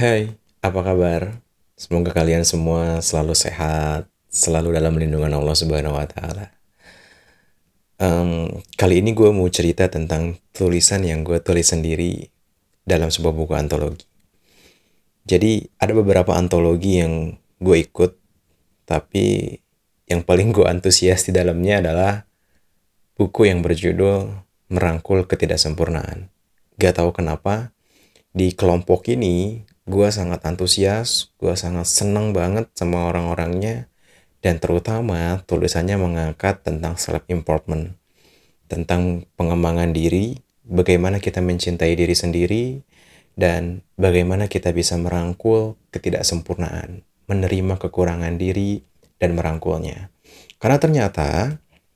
Hai, apa kabar? Semoga kalian semua selalu sehat, selalu dalam lindungan Allah Subhanahu wa Ta'ala. Kali ini gue mau cerita tentang tulisan yang gue tulis sendiri dalam sebuah buku antologi. Jadi, ada beberapa antologi yang gue ikut, tapi yang paling gue antusias di dalamnya adalah buku yang berjudul Merangkul Ketidaksempurnaan. Gak tahu kenapa, di kelompok ini gue sangat antusias, gue sangat senang banget sama orang-orangnya, dan terutama tulisannya mengangkat tentang self-improvement, tentang pengembangan diri, bagaimana kita mencintai diri sendiri, dan bagaimana kita bisa merangkul ketidaksempurnaan, menerima kekurangan diri, dan merangkulnya. Karena ternyata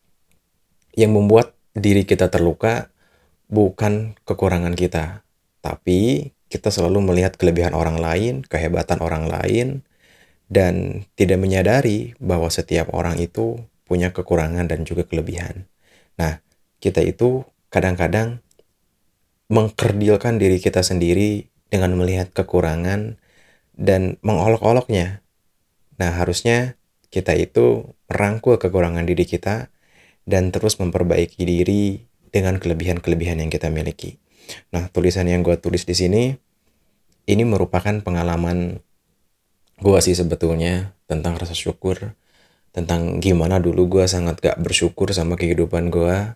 yang membuat diri kita terluka bukan kekurangan kita, tapi kita selalu melihat kelebihan orang lain, kehebatan orang lain, dan tidak menyadari bahwa setiap orang itu punya kekurangan dan juga kelebihan. Nah, kita itu kadang-kadang mengkerdilkan diri kita sendiri dengan melihat kekurangan dan mengolok-oloknya. Nah, harusnya kita itu merangkul kekurangan diri kita dan terus memperbaiki diri dengan kelebihan-kelebihan yang kita miliki. Nah, tulisan yang gue tulis di sini, ini merupakan pengalaman gue sih sebetulnya tentang rasa syukur, tentang gimana dulu gue sangat gak bersyukur sama kehidupan gue,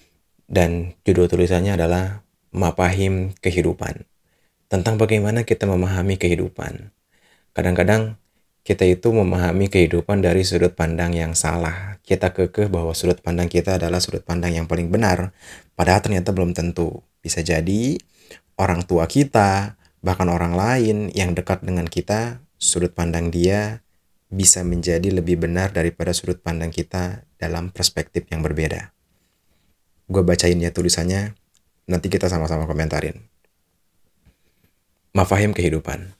dan judul tulisannya adalah Mafahim Kehidupan, tentang bagaimana kita memahami kehidupan. Kadang-kadang kita itu memahami kehidupan dari sudut pandang yang salah. Kita kekeh bahwa sudut pandang kita adalah sudut pandang yang paling benar, padahal ternyata belum tentu. Bisa jadi orang tua kita, bahkan orang lain yang dekat dengan kita, sudut pandang dia bisa menjadi lebih benar daripada sudut pandang kita dalam perspektif yang berbeda. Gue bacain ya tulisannya, nanti kita sama-sama komentarin. Mafahim Kehidupan.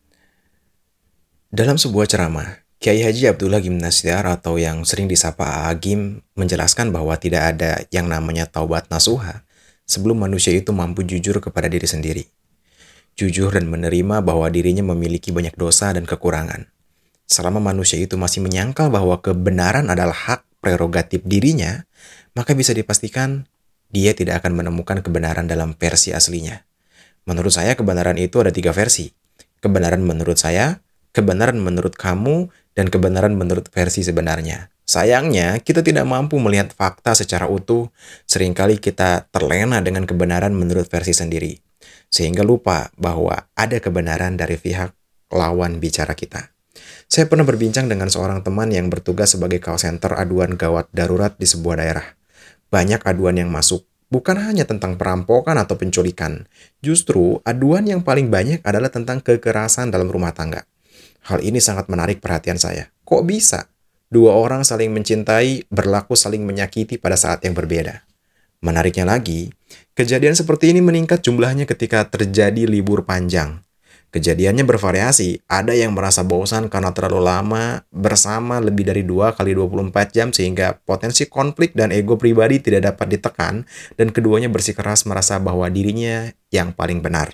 Dalam sebuah ceramah, Kiai Haji Abdullah Gim Nasyar atau yang sering disapa Agim menjelaskan bahwa tidak ada yang namanya taubat nasuha sebelum manusia itu mampu jujur kepada diri sendiri. Jujur dan menerima bahwa dirinya memiliki banyak dosa dan kekurangan. Selama manusia itu masih menyangkal bahwa kebenaran adalah hak prerogatif dirinya, maka bisa dipastikan dia tidak akan menemukan kebenaran dalam versi aslinya. Menurut saya kebenaran itu ada 3 versi. Kebenaran menurut saya, kebenaran menurut kamu, dan kebenaran menurut versi sebenarnya. Sayangnya, kita tidak mampu melihat fakta secara utuh. Seringkali kita terlena dengan kebenaran menurut versi sendiri, sehingga lupa bahwa ada kebenaran dari pihak lawan bicara kita. Saya pernah berbincang dengan seorang teman yang bertugas sebagai call center aduan gawat darurat di sebuah daerah. Banyak aduan yang masuk, bukan hanya tentang perampokan atau penculikan. Justru, aduan yang paling banyak adalah tentang kekerasan dalam rumah tangga. Hal ini sangat menarik perhatian saya. Kok bisa? 2 orang saling mencintai, berlaku saling menyakiti pada saat yang berbeda. Menariknya lagi, kejadian seperti ini meningkat jumlahnya ketika terjadi libur panjang. Kejadiannya bervariasi, ada yang merasa bosan karena terlalu lama bersama lebih dari 2 kali 24 jam sehingga potensi konflik dan ego pribadi tidak dapat ditekan dan keduanya bersikeras merasa bahwa dirinya yang paling benar.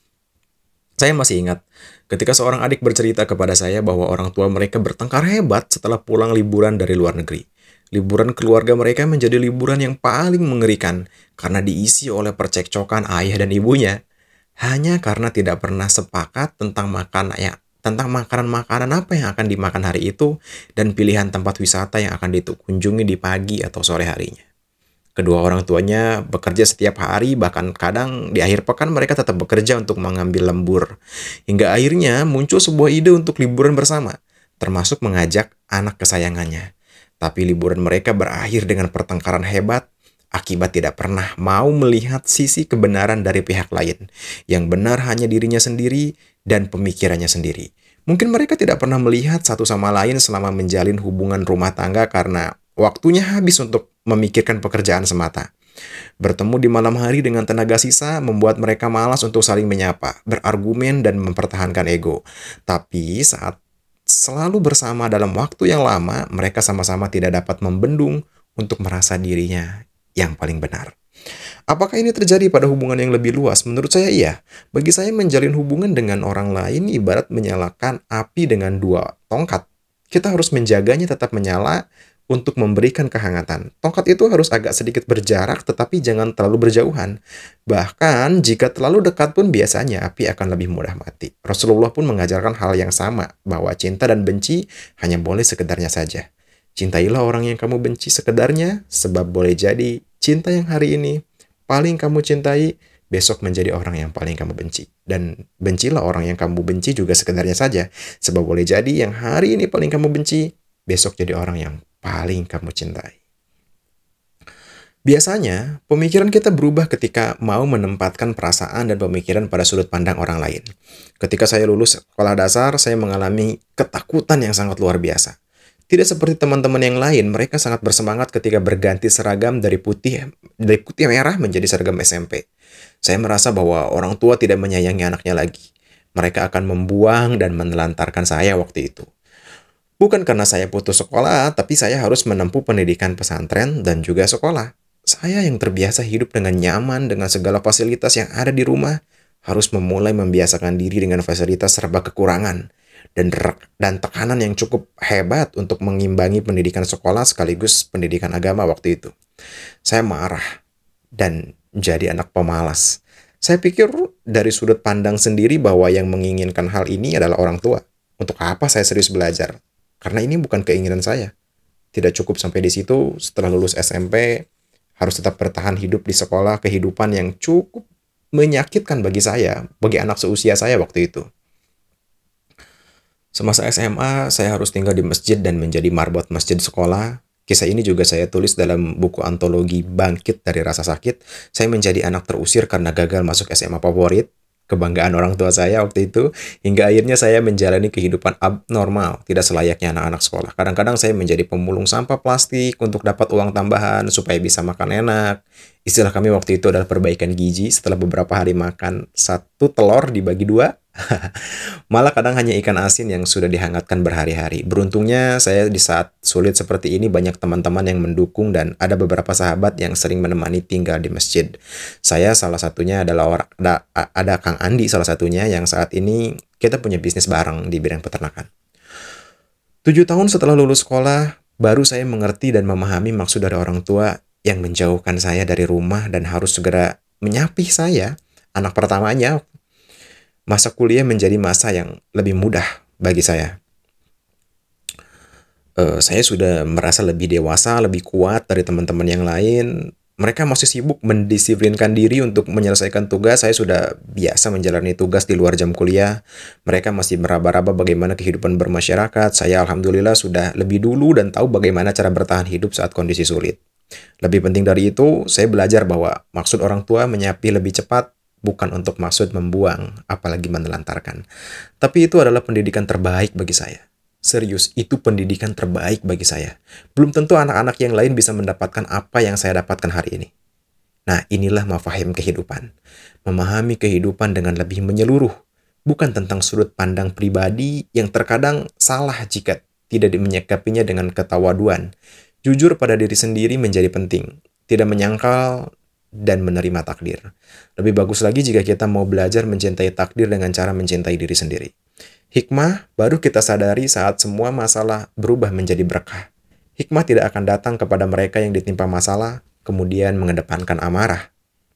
Saya masih ingat ketika seorang adik bercerita kepada saya bahwa orang tua mereka bertengkar hebat setelah pulang liburan dari luar negeri. Liburan keluarga mereka menjadi liburan yang paling mengerikan karena diisi oleh percekcokan ayah dan ibunya. Hanya karena tidak pernah sepakat tentang makanan-makanan apa yang akan dimakan hari itu dan pilihan tempat wisata yang akan dikunjungi di pagi atau sore harinya. Kedua orang tuanya bekerja setiap hari, bahkan kadang di akhir pekan mereka tetap bekerja untuk mengambil lembur. Hingga akhirnya muncul sebuah ide untuk liburan bersama, termasuk mengajak anak kesayangannya. Tapi liburan mereka berakhir dengan pertengkaran hebat, akibat tidak pernah mau melihat sisi kebenaran dari pihak lain. Yang benar hanya dirinya sendiri dan pemikirannya sendiri. Mungkin mereka tidak pernah melihat satu sama lain selama menjalin hubungan rumah tangga karena waktunya habis untuk memikirkan pekerjaan semata. Bertemu di malam hari dengan tenaga sisa membuat mereka malas untuk saling menyapa, berargumen, dan mempertahankan ego. Tapi saat selalu bersama dalam waktu yang lama, mereka sama-sama tidak dapat membendung untuk merasa dirinya yang paling benar. Apakah ini terjadi pada hubungan yang lebih luas? Menurut saya iya. Bagi saya menjalin hubungan dengan orang lain ibarat menyalakan api dengan dua tongkat. Kita harus menjaganya tetap menyala untuk memberikan kehangatan. Tongkat itu harus agak sedikit berjarak tetapi jangan terlalu berjauhan. Bahkan jika terlalu dekat pun biasanya api akan lebih mudah mati. Rasulullah pun mengajarkan hal yang sama, bahwa cinta dan benci hanya boleh sekedarnya saja. Cintailah orang yang kamu benci sekedarnya, sebab boleh jadi cinta yang hari ini paling kamu cintai, besok menjadi orang yang paling kamu benci. Dan bencilah orang yang kamu benci juga sekedarnya saja. Sebab boleh jadi yang hari ini paling kamu benci, besok jadi orang yang paling kamu cintai. Biasanya, pemikiran kita berubah ketika mau menempatkan perasaan dan pemikiran pada sudut pandang orang lain. Ketika saya lulus sekolah dasar, saya mengalami ketakutan yang sangat luar biasa. Tidak seperti teman-teman yang lain, mereka sangat bersemangat ketika berganti seragam dari putih merah menjadi seragam SMP. Saya merasa bahwa orang tua tidak menyayangi anaknya lagi. Mereka akan membuang dan menelantarkan saya waktu itu. Bukan karena saya putus sekolah, tapi saya harus menempuh pendidikan pesantren dan juga sekolah. Saya yang terbiasa hidup dengan nyaman dengan segala fasilitas yang ada di rumah, harus memulai membiasakan diri dengan fasilitas serba kekurangan dan tekanan yang cukup hebat untuk mengimbangi pendidikan sekolah sekaligus pendidikan agama waktu itu. Saya marah dan jadi anak pemalas. Saya pikir dari sudut pandang sendiri bahwa yang menginginkan hal ini adalah orang tua. Untuk apa saya serius belajar? Karena ini bukan keinginan saya. Tidak cukup sampai di situ, setelah lulus SMP, harus tetap bertahan hidup di sekolah kehidupan yang cukup menyakitkan bagi saya, bagi anak seusia saya waktu itu. Semasa SMA, saya harus tinggal di masjid dan menjadi marbot masjid sekolah. Kisah ini juga saya tulis dalam buku antologi Bangkit dari Rasa Sakit. Saya menjadi anak terusir karena gagal masuk SMA favorit. Kebanggaan orang tua saya waktu itu, hingga akhirnya saya menjalani kehidupan abnormal, tidak selayaknya anak-anak sekolah. Kadang-kadang saya menjadi pemulung sampah plastik untuk dapat uang tambahan supaya bisa makan enak. Istilah kami waktu itu adalah perbaikan gizi. Setelah beberapa hari makan satu telur dibagi dua, malah kadang hanya ikan asin yang sudah dihangatkan berhari-hari. Beruntungnya saya di saat sulit seperti ini banyak teman-teman yang mendukung dan ada beberapa sahabat yang sering menemani tinggal di masjid. Saya salah satunya adalah ada Kang Andi salah satunya yang saat ini kita punya bisnis bareng di bidang peternakan. 7 tahun setelah lulus sekolah, baru saya mengerti dan memahami maksud dari orang tua yang menjauhkan saya dari rumah dan harus segera menyapih saya, anak pertamanya. Masa kuliah menjadi masa yang lebih mudah bagi saya. Saya sudah merasa lebih dewasa, lebih kuat dari teman-teman yang lain. Mereka masih sibuk mendisiplinkan diri untuk menyelesaikan tugas. Saya sudah biasa menjalani tugas di luar jam kuliah. Mereka masih meraba-raba bagaimana kehidupan bermasyarakat. Saya alhamdulillah sudah lebih dulu dan tahu bagaimana cara bertahan hidup saat kondisi sulit. Lebih penting dari itu, saya belajar bahwa maksud orang tua menyapi lebih cepat bukan untuk maksud membuang, apalagi menelantarkan. Tapi itu adalah pendidikan terbaik bagi saya. Serius, itu pendidikan terbaik bagi saya. Belum tentu anak-anak yang lain bisa mendapatkan apa yang saya dapatkan hari ini. Nah, inilah mafahim kehidupan. Memahami kehidupan dengan lebih menyeluruh. Bukan tentang sudut pandang pribadi yang terkadang salah jika tidak menyikapinya dengan ketawaduan. Jujur pada diri sendiri menjadi penting. Tidak menyangkal dan menerima takdir. Lebih bagus lagi jika kita mau belajar mencintai takdir dengan cara mencintai diri sendiri. Hikmah baru kita sadari saat semua masalah berubah menjadi berkah. Hikmah tidak akan datang kepada mereka yang ditimpa masalah, kemudian mengedepankan amarah.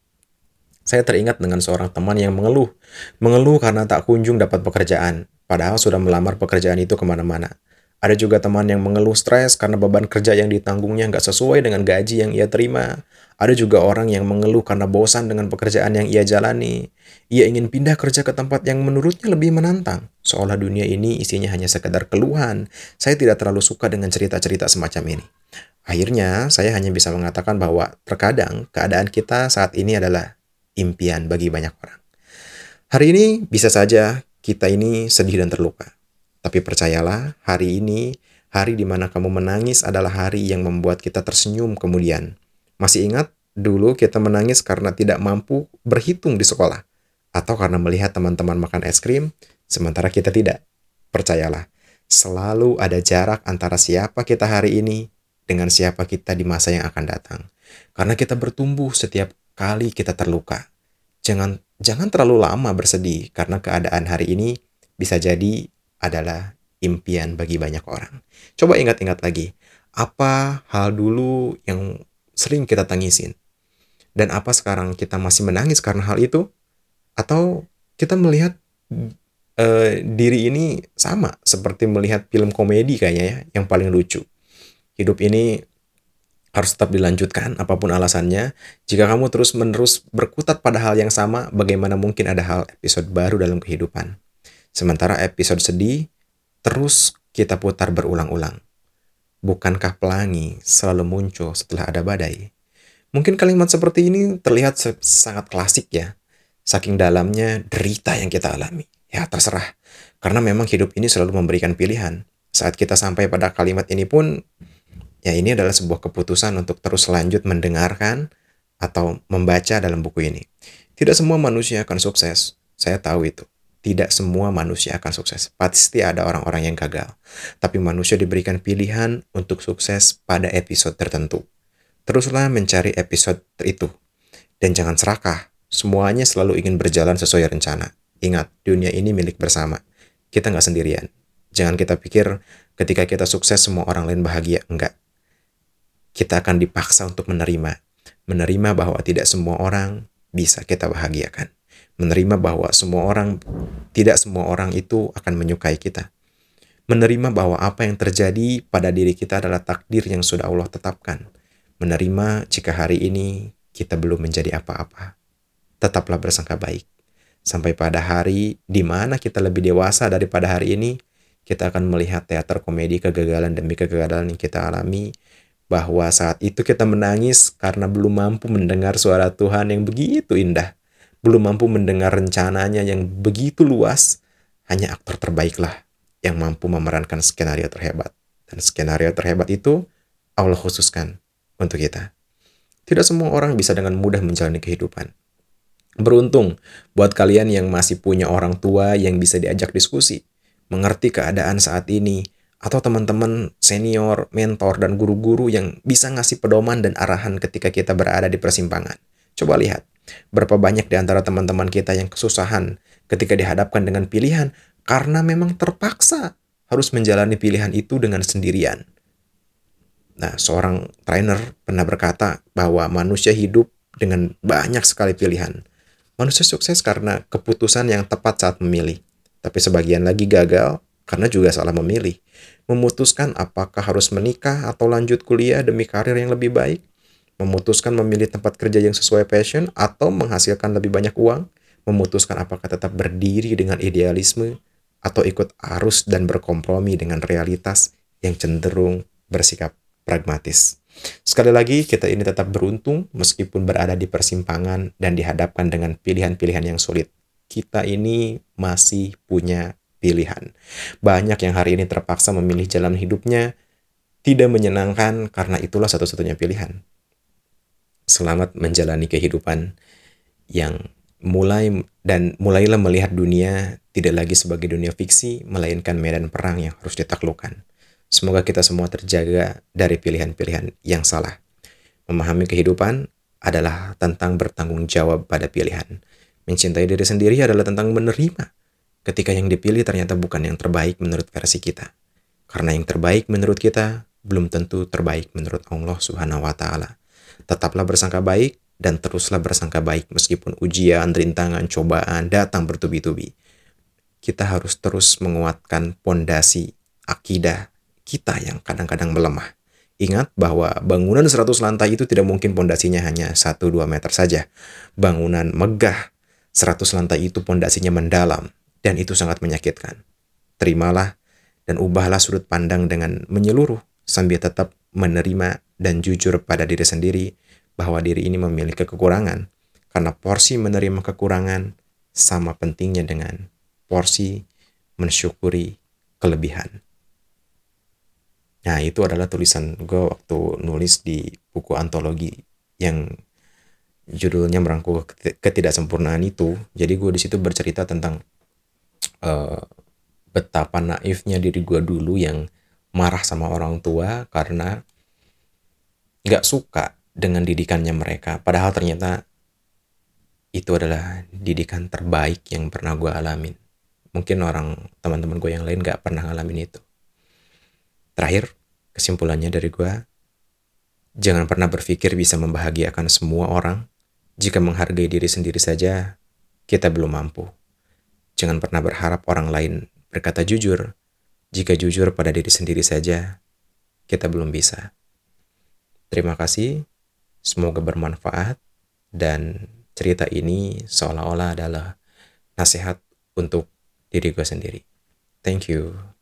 Saya teringat dengan seorang teman yang mengeluh. Mengeluh karena tak kunjung dapat pekerjaan, padahal sudah melamar pekerjaan itu kemana-mana. Ada juga teman yang mengeluh stres karena beban kerja yang ditanggungnya nggak sesuai dengan gaji yang ia terima. Ada juga orang yang mengeluh karena bosan dengan pekerjaan yang ia jalani. Ia ingin pindah kerja ke tempat yang menurutnya lebih menantang. Seolah dunia ini isinya hanya sekedar keluhan. Saya tidak terlalu suka dengan cerita-cerita semacam ini. Akhirnya, saya hanya bisa mengatakan bahwa terkadang keadaan kita saat ini adalah impian bagi banyak orang. Hari ini bisa saja kita ini sedih dan terluka. Tapi percayalah, hari ini, hari di mana kamu menangis adalah hari yang membuat kita tersenyum kemudian. Masih ingat dulu kita menangis karena tidak mampu berhitung di sekolah? Atau karena melihat teman-teman makan es krim, sementara kita tidak? Percayalah, selalu ada jarak antara siapa kita hari ini dengan siapa kita di masa yang akan datang. Karena kita bertumbuh setiap kali kita terluka. Jangan terlalu lama bersedih karena keadaan hari ini bisa jadi adalah impian bagi banyak orang. Coba ingat-ingat lagi, apa hal dulu yang sering kita tangisin? Dan apa sekarang kita masih menangis karena hal itu? Atau kita melihat diri ini sama seperti melihat film komedi kayaknya ya, yang paling lucu. Hidup ini harus tetap dilanjutkan apapun alasannya. Jika kamu terus-menerus berkutat pada hal yang sama, bagaimana mungkin ada hal episode baru dalam kehidupan? Sementara episode sedih terus kita putar berulang-ulang. Bukankah pelangi selalu muncul setelah ada badai? Mungkin kalimat seperti ini terlihat sangat klasik ya. Saking dalamnya derita yang kita alami. Ya terserah. Karena memang hidup ini selalu memberikan pilihan. Saat kita sampai pada kalimat ini pun, ya ini adalah sebuah keputusan untuk terus lanjut mendengarkan atau membaca dalam buku ini. Tidak semua manusia akan sukses. Saya tahu itu. Tidak semua manusia akan sukses. Pasti ada orang-orang yang gagal. Tapi manusia diberikan pilihan untuk sukses pada episode tertentu. Teruslah mencari episode itu. Dan jangan serakah. Semuanya selalu ingin berjalan sesuai rencana. Ingat, dunia ini milik bersama. Kita nggak sendirian. Jangan kita pikir ketika kita sukses semua orang lain bahagia. Enggak. Kita akan dipaksa untuk menerima. Menerima bahwa tidak semua orang bisa kita bahagiakan. Menerima bahwa tidak semua orang itu akan menyukai kita. Menerima bahwa apa yang terjadi pada diri kita adalah takdir yang sudah Allah tetapkan. Menerima jika hari ini kita belum menjadi apa-apa. Tetaplah bersangka baik. Sampai pada hari di mana kita lebih dewasa daripada hari ini, kita akan melihat teater komedi kegagalan demi kegagalan yang kita alami, bahwa saat itu kita menangis karena belum mampu mendengar suara Tuhan yang begitu indah, belum mampu mendengar rencananya yang begitu luas. Hanya aktor terbaiklah yang mampu memerankan skenario terhebat. Dan skenario terhebat itu Allah khususkan untuk kita. Tidak semua orang bisa dengan mudah menjalani kehidupan. Beruntung buat kalian yang masih punya orang tua yang bisa diajak diskusi, mengerti keadaan saat ini, atau teman-teman senior, mentor, dan guru-guru yang bisa ngasih pedoman dan arahan ketika kita berada di persimpangan. Coba lihat, berapa banyak di antara teman-teman kita yang kesusahan ketika dihadapkan dengan pilihan karena memang terpaksa harus menjalani pilihan itu dengan sendirian. Nah, seorang trainer pernah berkata bahwa manusia hidup dengan banyak sekali pilihan. Manusia sukses karena keputusan yang tepat saat memilih. Tapi sebagian lagi gagal karena juga salah memilih. Memutuskan apakah harus menikah atau lanjut kuliah demi karir yang lebih baik. Memutuskan memilih tempat kerja yang sesuai passion atau menghasilkan lebih banyak uang. Memutuskan apakah tetap berdiri dengan idealisme atau ikut arus dan berkompromi dengan realitas yang cenderung bersikap pragmatis. Sekali lagi, kita ini tetap beruntung meskipun berada di persimpangan dan dihadapkan dengan pilihan-pilihan yang sulit. Kita ini masih punya pilihan. Banyak yang hari ini terpaksa memilih jalan hidupnya tidak menyenangkan karena itulah satu-satunya pilihan. Selamat menjalani kehidupan yang mulailah melihat dunia tidak lagi sebagai dunia fiksi, melainkan medan perang yang harus ditaklukkan. Semoga kita semua terjaga dari pilihan-pilihan yang salah. Memahami kehidupan adalah tentang bertanggung jawab pada pilihan. Mencintai diri sendiri adalah tentang menerima ketika yang dipilih ternyata bukan yang terbaik menurut versi kita. Karena yang terbaik menurut kita belum tentu terbaik menurut Allah Subhanahu wa Ta'ala. Tetaplah bersangka baik dan teruslah bersangka baik meskipun ujian, rintangan, cobaan datang bertubi-tubi. Kita harus terus menguatkan pondasi akidah kita yang kadang-kadang melemah. Ingat bahwa bangunan 100 lantai itu tidak mungkin pondasinya hanya 1-2 meter saja. Bangunan megah 100 lantai itu pondasinya mendalam dan itu sangat menyakitkan. Terimalah dan ubahlah sudut pandang dengan menyeluruh sambil tetap menerima dan jujur pada diri sendiri bahwa diri ini memiliki kekurangan. Karena porsi menerima kekurangan sama pentingnya dengan porsi mensyukuri kelebihan. Nah, itu adalah tulisan gue waktu nulis di buku antologi yang judulnya Merangkul Ketidaksempurnaan itu. Jadi gue di situ bercerita tentang betapa naifnya diri gue dulu yang marah sama orang tua karena gak suka dengan didikannya mereka. Padahal ternyata itu adalah didikan terbaik yang pernah gue alamin. Mungkin teman-teman gue yang lain gak pernah ngalamin itu. Terakhir, kesimpulannya dari gue, jangan pernah berpikir bisa membahagiakan semua orang. Jika menghargai diri sendiri saja, kita belum mampu. Jangan pernah berharap orang lain berkata jujur. Jika jujur pada diri sendiri saja, kita belum bisa. Terima kasih, semoga bermanfaat, dan cerita ini seolah-olah adalah nasihat untuk diri gue sendiri. Thank you.